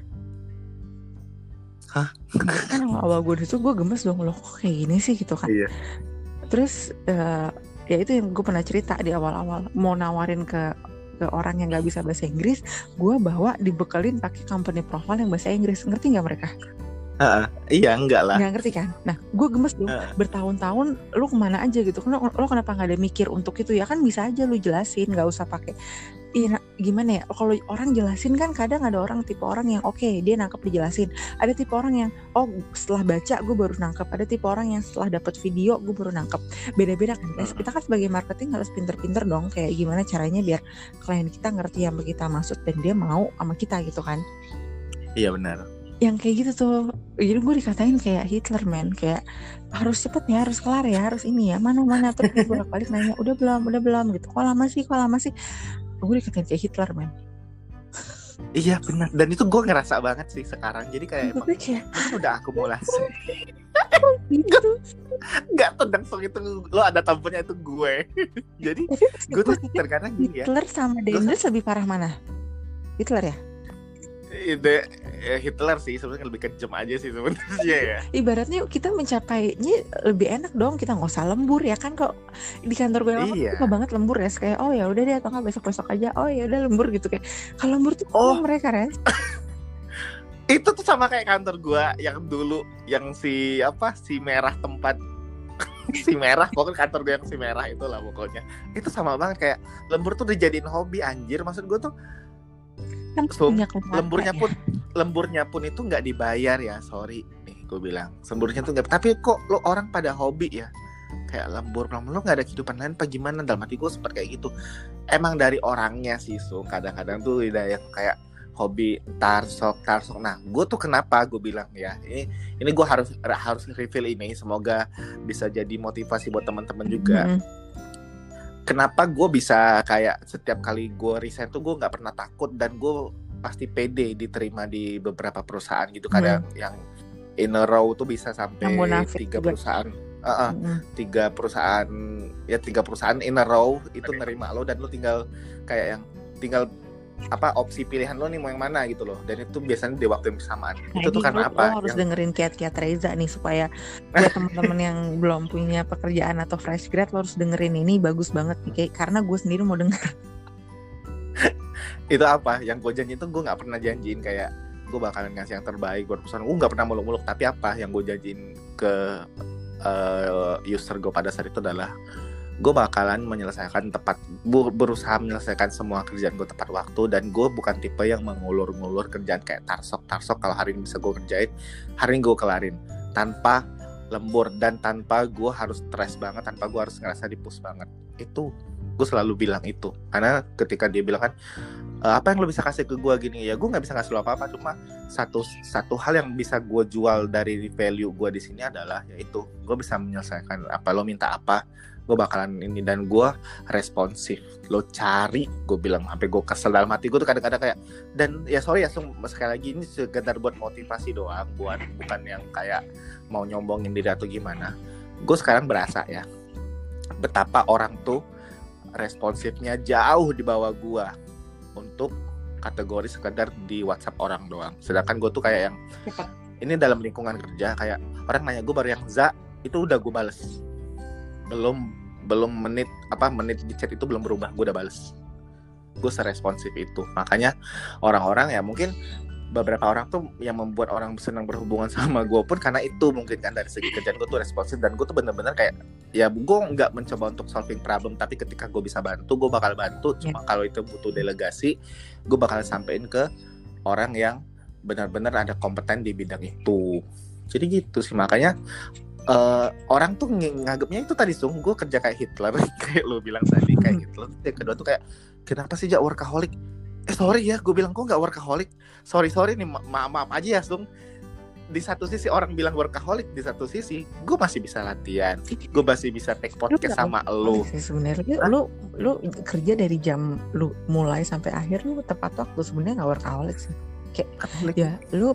Hah? Kan awal gue itu gue gemes dong, loh kok kayak gini sih gitu kan. Iya. Terus uh, ya itu yang gue pernah cerita di awal-awal mau nawarin ke ke orang yang nggak bisa bahasa Inggris, gue bawa dibekelin pakai company profile yang bahasa Inggris. Ngerti nggak mereka? Uh, iya enggak lah. Nggak ngerti kan? Nah gue gemes dong, uh. bertahun-tahun lu kemana aja gitu. Lo, lo kenapa nggak ada mikir untuk itu ya kan, bisa aja lu jelasin, nggak usah pakai. Iya, gimana ya? Kalau orang jelasin kan kadang ada orang tipe orang yang oke okay, dia nangkep dijelasin. Ada tipe orang yang oh setelah baca gue baru nangkep. Ada tipe orang yang setelah dapat video gue baru nangkep. Beda-beda kan guys. Kita kan sebagai marketing harus pinter-pinter dong. Kayak gimana caranya biar klien kita ngerti yang kita maksud dan dia mau sama kita gitu kan. Iya benar. Yang kayak gitu tuh, jadi gue dikatain kayak Hitler man, kayak harus cepet ya, harus kelar ya, harus ini ya, mana-mana. Terus gue bolak-balik nanya, udah belum, udah belum gitu. Kok lama sih, kok lama sih? Gue dikatain kayak Hitler man. Iya benar, dan itu gue ngerasa banget sih sekarang. Jadi kayak emang kayak, udah akumulasi. Gitu. Gak tuh langsung itu lo ada tampilnya itu gue. Jadi gue tuh terkadang gini ya. Hitler sama Dendels lebih parah mana? Hitler ya? Ide Hitler sih sebenarnya lebih kejam aja sih sebenarnya ya. Ibaratnya kita mencapainya lebih enak dong, kita nggak usah lembur ya kan. Kok di kantor gue lama iya. suka banget lembur ya, kayak oh ya udah deh atau nggak besok besok aja, oh ya udah lembur gitu kayak. Kalau lembur tuh oh. mereka res. Itu tuh sama kayak kantor gue yang dulu yang si apa si merah tempat si merah, pokoknya kantor gue yang si merah itu lah pokoknya. Itu sama banget kayak lembur tuh dijadiin hobi anjir. Maksud gue tuh kan Sum, punya keluarga lemburnya ya. pun lemburnya pun itu nggak dibayar ya, sorry nih gue bilang. Lemburnya tuh nggak, tapi kok lo orang pada hobi ya, kayak lembur, lo nggak ada kehidupan lain apa gimana? Dalam hati gue seperti kayak gitu. Emang dari orangnya sih, so kadang-kadang tuh udah yang kayak hobi tarsok tarsok. Nah, gue tuh kenapa gue bilang ya, ini ini gue harus harus reveal ini, semoga bisa jadi motivasi buat teman-teman juga. Mm-hmm. Kenapa gue bisa kayak setiap kali gue resign tuh gue nggak pernah takut, dan gue pasti pede diterima di beberapa perusahaan gitu. Kadang hmm. yang in a row tuh bisa sampai tiga juga. perusahaan, uh-uh, hmm. tiga perusahaan ya tiga perusahaan in a row itu nerima lo, dan lo tinggal kayak yang tinggal apa opsi pilihan lo nih mau yang mana gitu loh, dan itu biasanya di waktu yang bersamaan. Nah, itu tuh karena apa? Lo harus yang... dengerin kiat-kiat Reza nih, supaya buat teman-teman yang belum punya pekerjaan atau fresh grad, lo harus dengerin ini, bagus banget nih, kayak karena gue sendiri mau denger. Itu apa? Yang gue janji itu gue nggak pernah janjiin kayak gue bakalan ngasih yang terbaik buat perusahaan. Gue nggak pernah muluk-muluk, tapi apa yang gue janjiin ke uh, user gue pada saat itu adalah gue bakalan menyelesaikan tepat, berusaha menyelesaikan semua kerjaan gue tepat waktu, dan gue bukan tipe yang mengulur-ngulur kerjaan kayak tarsok-tarsok. Kalau hari ini bisa gue kerjain, hari ini gue kelarin tanpa lembur dan tanpa gue harus stres banget, tanpa gue harus ngerasa di-push banget. Itu gue selalu bilang itu, karena ketika dia bilang kan e, apa yang lo bisa kasih ke gue gini, ya gue nggak bisa kasih lo apa-apa, cuma satu satu hal yang bisa gue jual dari value gue di sini adalah yaitu gue bisa menyelesaikan apa lo minta apa, gue bakalan ini, dan gue responsif. Lo cari, gue bilang sampai gue kesel dalam hati gue tuh kadang-kadang kayak, dan ya sorry ya sekali lagi ini sekedar buat motivasi doang, buat bukan yang kayak mau nyombongin diri atau gimana. Gue sekarang berasa ya betapa orang tuh responsifnya jauh di bawah gue untuk kategori sekedar di WhatsApp orang doang. Sedangkan gue tuh kayak yang ini dalam lingkungan kerja, kayak orang nanya gue baru yang za itu udah gue bales. belum belum menit apa menit di chat itu belum berubah, gue udah bales. Gue seresponsif itu. Makanya orang-orang ya mungkin beberapa orang tuh yang membuat orang senang berhubungan sama gue pun karena itu mungkin kan, dari segi kerjaan gue tuh responsif, dan gue tuh bener-bener kayak ya gue nggak mencoba untuk solving problem, tapi ketika gue bisa bantu gue bakal bantu. Cuma yeah. kalau itu butuh delegasi, gue bakal sampein ke orang yang benar-benar ada kompeten di bidang itu. Jadi gitu sih. Makanya Uh, orang tuh ng- nganggapnya itu tadi Sung, gue kerja kayak Hitler kayak lo bilang tadi kayak Hitler. Yang kedua tuh kayak kenapa sih Jak workaholic? Eh sorry ya, gue bilang gue nggak workaholic. Sorry sorry nih, ma- maaf maaf aja ya Sung. Di satu sisi orang bilang workaholic, di satu sisi gue masih bisa latihan, gue masih bisa take podcast sama lo. Sebenarnya lu lu kerja dari jam lu mulai sampai akhir lu tepat waktu, sebenarnya nggak workaholic sih. Kayak ya lu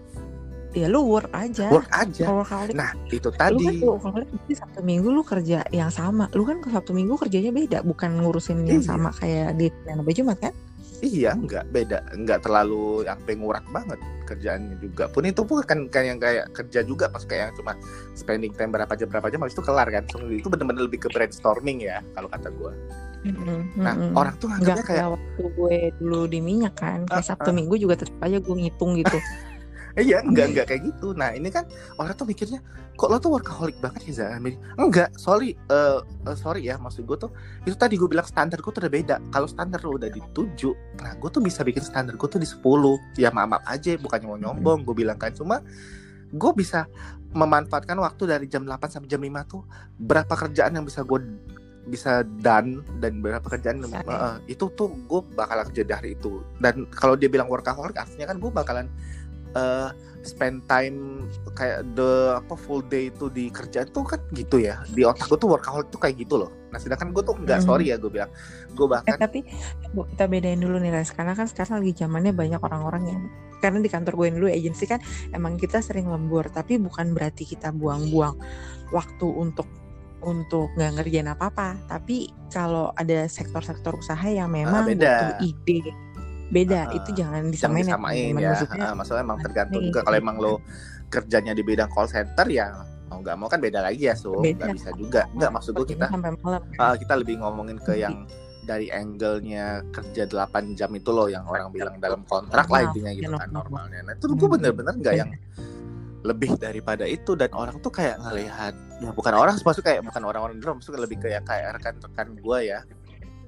ya lu work aja, work aja. Workaholic. Nah itu tadi. Lu kan workaholic berarti Sabtu Minggu lu kerja yang sama. Lu kan ke Sabtu Minggu kerjanya beda, bukan ngurusin yang iya. sama kayak di Senin Jumat kan? Iya, enggak beda, enggak terlalu yang pengurat banget kerjaannya juga. Pun itu pun kan kan yang kayak kerja juga pas kayak cuma spending time berapa jam berapa jam habis itu kelar kan. So, itu benar-benar lebih ke brainstorming ya kalau kata gue. Mm-hmm. Nah mm-hmm. orang tuh anggapnya kayak waktu gue dulu di minyak kan, kayak uh, Sabtu uh. Minggu juga tetap aja gue ngitung gitu. Iya, enggak enggak kayak gitu. Nah ini kan orang tuh mikirnya kok lo tuh workaholic banget ya Zah? Enggak, sorry, uh, uh, sorry ya, maksud gue tuh itu tadi gue bilang standar gue tuh udah beda. Kalau standar lo udah di tujuh, nah gue tuh bisa bikin standar gue tuh di sepuluh. Ya maaf-maaf aja, bukannya mau nyombong, gue bilang kan, cuma gue bisa memanfaatkan waktu dari jam delapan sampai jam lima tuh berapa kerjaan yang bisa gue bisa done, dan berapa kerjaan uh, itu tuh gue bakalan kerja dari itu. Dan kalau dia bilang workaholic, artinya kan gue bakalan Uh, spend time kayak the apa full day itu di kerjaan tuh kan gitu ya, di otak gue tuh workaholic tuh kayak gitu loh. Nah sedangkan gue tuh enggak, mm-hmm. sorry ya gue bilang gue bahkan eh, tapi kita bedain dulu nih Res, karena kan sekarang lagi zamannya banyak orang-orang yang, karena di kantor gue yang dulu agensi kan emang kita sering lembur, tapi bukan berarti kita buang-buang waktu untuk untuk nggak ngerjain apa-apa. Tapi kalau ada sektor-sektor usaha yang memang uh, butuh ide beda, uh, itu jangan disamain, disamain ya, maksudnya, uh, maksudnya emang tergantung juga. Kalau emang lo kerjanya di bidang call center ya mau nggak mau kan beda lagi ya, so nggak bisa juga. Nggak, maksud gue kita uh, kita lebih ngomongin ke yang dari angle-nya kerja delapan jam itu loh, yang orang bilang dalam kontrak lah intinya gitu kan normalnya. Nah itu gue bener-bener nggak yang lebih daripada itu, dan orang tuh kayak ngelihat ya, bukan orang maksudnya kayak bukan orang-orang dulu, maksudnya lebih kayak kayak rekan-rekan gue ya,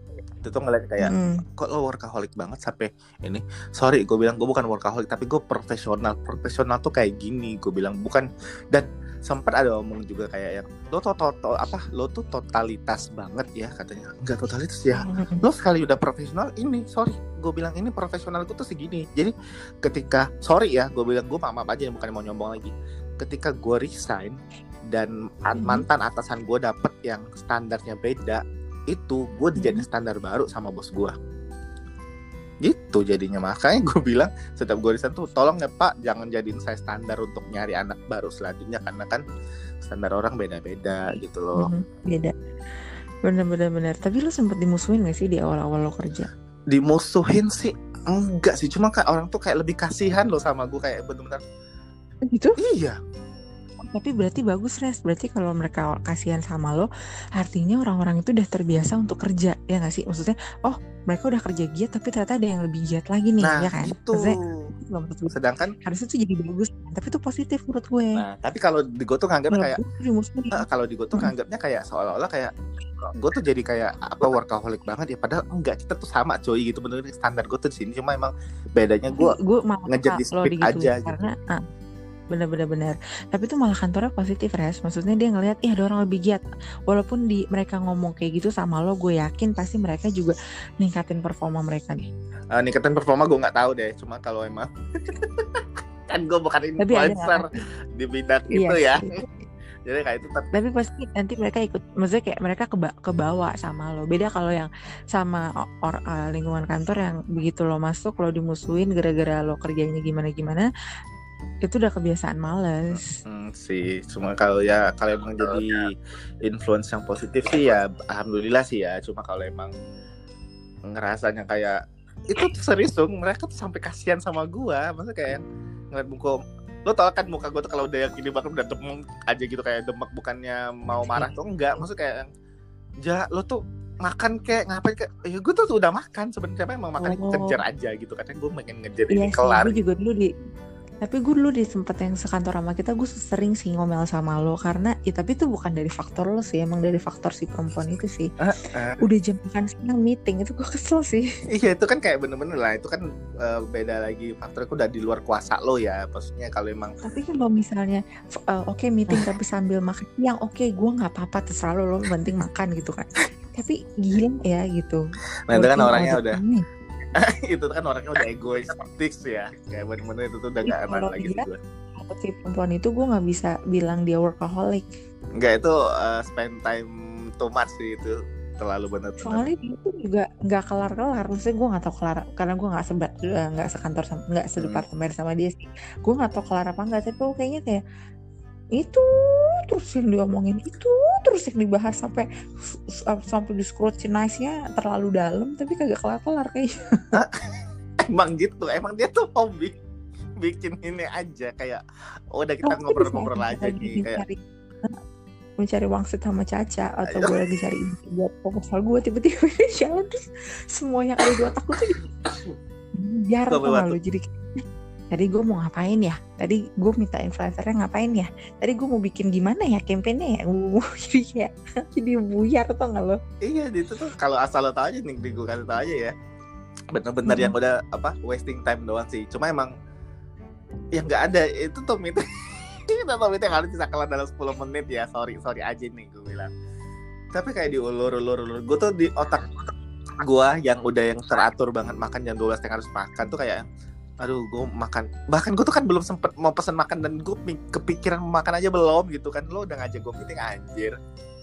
Itu tuh ngeliat kayak Mm. kok lo workaholic banget sampai ini. Sorry, gue bilang gue bukan workaholic, tapi gue profesional. Profesional tuh kayak gini, gue bilang bukan. Dan sempat ada omong juga kayak yang lo to, to, to apa lo tuh totalitas banget ya katanya. Enggak totalitas ya. Lo sekali udah profesional ini, sorry, gue bilang ini profesional gue tuh segini. Jadi ketika sorry ya, gue bilang gue maaf aja bukan mau nyombong lagi. Ketika gue resign dan Mhm. mantan atasan gue dapet yang standarnya beda, itu gue dijadiin standar baru sama bos gue. Gitu jadinya, makanya gue bilang setiap gue resign tuh tolong ya Pak jangan jadiin saya standar untuk nyari anak baru selanjutnya, karena kan standar orang beda-beda gitu loh. Mhm, beda. Bener-bener bener. Tapi lu sempet dimusuhin gak sih di awal-awal lo kerja? Dimusuhin sih enggak sih, cuma kayak orang tuh kayak lebih kasihan loh sama gue, kayak bener-bener Gitu? iya. Tapi berarti bagus Res, berarti kalau mereka kasihan sama lo, artinya orang-orang itu udah terbiasa untuk kerja, ya nggak sih? Maksudnya, oh mereka udah kerja giat, tapi ternyata ada yang lebih giat lagi nih, Nah ya kan? itu Maksudnya, menurut gue, sedangkan harusnya tuh jadi bagus, tapi itu positif menurut gue. nah tapi kalau di gue tuh nganggapnya kayak Walaupun itu dimusuhin. eh, kalau di gue tuh nganggapnya kayak seolah-olah kayak gue tuh jadi kayak apa workaholic banget ya, padahal enggak, kita tuh sama coy gitu, bener-bener standar gue tuh di sini, cuma emang bedanya gue gue malah ngejar di lo speed digituin aja karena gitu. ah, bener-bener bener. Tapi tuh malah kantornya positif Res. Maksudnya dia ngelihat ih ada orang lebih giat. Walaupun di mereka ngomong kayak gitu sama lo, gue yakin pasti mereka juga ningkatin performa mereka nih. Uh, ningkatin performa gue nggak tahu deh, cuma kalau emang kan gue bukan Tapi ada influencer kan? di bidang Iya itu ya. sih. Jadi kayak itu tapi Tapi pasti nanti mereka ikut, maksudnya kayak mereka keba- kebawa sama lo. Beda kalau yang sama o- or, uh, lingkungan kantor yang begitu lo masuk lo dimusuhin gara-gara lo kerjanya gimana-gimana, itu udah kebiasaan males. hmm, sih, cuma kalau ya kalau emang jadi influence yang positif sih ya alhamdulillah sih ya. Cuma kalau emang ngerasanya kayak itu tuh serius dong, mereka tuh sampai kasihan sama gua, maksudnya kayak yang ngeliat muka lo tau kan muka gua tuh kalau udah yang gini banget udah demek aja gitu, kayak demek bukannya mau marah tuh enggak, maksudnya kayak yang ja lo tuh makan kayak ngapain kayak ya gue tuh, tuh udah makan sebenarnya, emang makannya Oh. kejar aja gitu, kadang gue pengen ngejar Iya ini sih, kelar. gue juga dulu di tapi gue dulu di tempat yang sekantor sama kita gue sering sih ngomel sama lo karena ya tapi itu bukan dari faktor lo sih, emang dari faktor si perempuan itu sih. Uh, uh. Udah jam makan siang meeting itu gue kesel sih. Iya itu kan kayak bener-bener lah, itu kan uh, beda lagi, faktornya udah di luar kuasa lo ya, maksudnya kalau emang Tapi kalau misalnya uh, oke okay, meeting tapi sambil makan siang, oke okay, gue nggak apa-apa terserah lo, lo penting makan gitu kan. Tapi gila ya gitu. nah itu kan orangnya udah ini. itu kan orangnya udah egoistik ya, kayak bener-bener itu tuh udah Jadi gak aman kalau lagi dia, sih gue. kalau si perempuan itu gue nggak bisa bilang dia workaholic. Enggak, itu uh, spend time too much sih, itu terlalu bener-bener. Soalnya dia tuh juga nggak kelar-kelar, maksudnya gue nggak tahu kelar karena gue nggak sebat nggak sekantor sama nggak sedepartemen sama dia sih. Gue nggak tahu kelar apa nggak, tapi oh, kayaknya kayak itu terus yang diomongin, itu terus yang dibahas sampai sampai di scrutinize-nya terlalu dalam, tapi kagak kelar-kelar kayaknya. Emang gitu, emang dia tuh hobi bikin ini aja, kayak oh, udah kita Oh, ngobrol-ngobrol bisa, aja nih, kayak mencari, mencari wangsit sama Caca, atau gue lagi cari ide buat proposal gue, tiba-tiba dia jalan terus semua yang ada di otak gue tuh biar tuh malu. Jadi tadi gue mau ngapain ya, tadi gue minta influencernya ngapain ya, tadi gue mau bikin gimana ya campaign-nya ya, gue jadi kayak jadi buyar tau gak lo. Iya itu tuh kalau asal lo tau aja nih, gue kasih tau aja ya, bener-bener hmm. yang udah apa wasting time doang sih. Cuma emang yang nggak ada itu tuh meeting kita tuh meeting harus bisa kelar dalam sepuluh menit ya, sorry sorry aja nih gue bilang. Tapi kayak diulur-ulur-ulur, gue tuh di otak gue yang udah yang teratur banget, makan jam dua belas yang harus makan tuh kayak aduh gue makan, bahkan gue tuh kan belum sempet mau pesen makan dan gue kepikiran makan aja belum gitu kan, lo udah ngajak gue meeting anjir.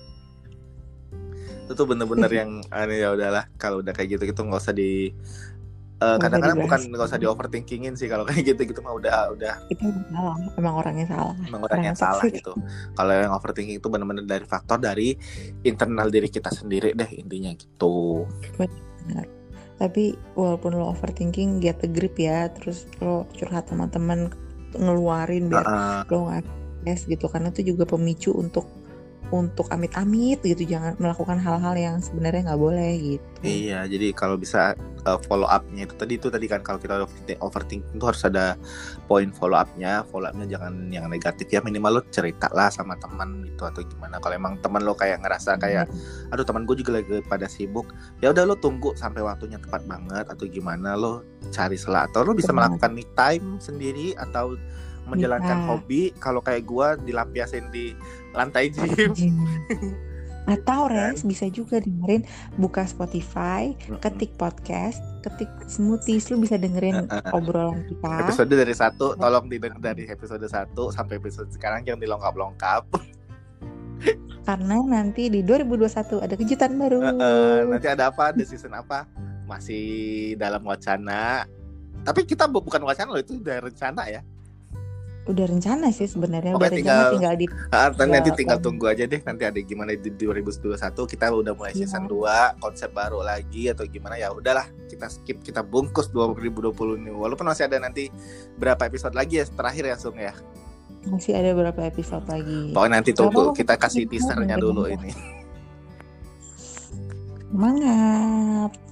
Itu tuh bener-bener yang aneh. Ya udahlah kalau udah kayak gitu gitu nggak usah di uh, kadang-kadang bukan nggak usah di overthinkingin sih kalau kayak gitu gitu mah udah udah itu salah, emang orangnya salah, emang orangnya orang salah gitu. Kalau yang overthinking itu bener-bener dari faktor dari internal diri kita sendiri deh intinya gitu. Benar. Tapi walaupun lo overthinking, get the grip ya. Terus lo curhat sama teman, ngeluarin biar uh-uh. lo nggak stres gitu. Karena itu juga pemicu untuk untuk amit-amit gitu, jangan melakukan hal-hal yang sebenarnya nggak boleh gitu. Iya, jadi kalau bisa uh, follow up-nya itu tadi itu tadi kan kalau kita overthinking itu harus ada poin follow up-nya. Follow up-nya jangan yang negatif ya, minimal lo cerita lah sama teman gitu atau gimana. Kalau emang teman lo kayak ngerasa kayak aduh teman gue juga lagi pada sibuk, ya udah lo tunggu sampai waktunya tepat banget atau gimana, lo cari selah atau lo bisa Benar. melakukan me time sendiri atau menjalankan Bisa. hobi. Kalau kayak gue dilampiasin di lantai gym. Atau Res bisa juga dengerin, buka Spotify, ketik podcast, ketik smoothies, lu bisa dengerin Uh-uh. obrolan kita. Episode dari satu, tolong didengar dari episode satu sampai episode sekarang, yang dilengkap-lengkap. Karena nanti di dua ribu dua puluh satu ada kejutan baru. Uh-uh. Nanti ada apa? Ada season apa? Masih dalam wacana. Tapi kita bu- bukan wacana loh, itu udah rencana ya. Udah rencana sih sebenarnya, udah Pokoknya rencana tinggal, tinggal di ah, nanti tinggal plan. tunggu aja deh nanti ada gimana di dua ribu dua puluh satu kita udah mulai Iya. season dua, konsep baru lagi atau gimana, ya udahlah kita skip, kita bungkus dua ribu dua puluh ini. Walaupun masih ada nanti berapa episode lagi ya terakhir ya Sung ya. Masih ada beberapa episode lagi. Pokoknya nanti tunggu, Coba kita kasih kita teasernya dengerin dulu aja. ini. Semangat.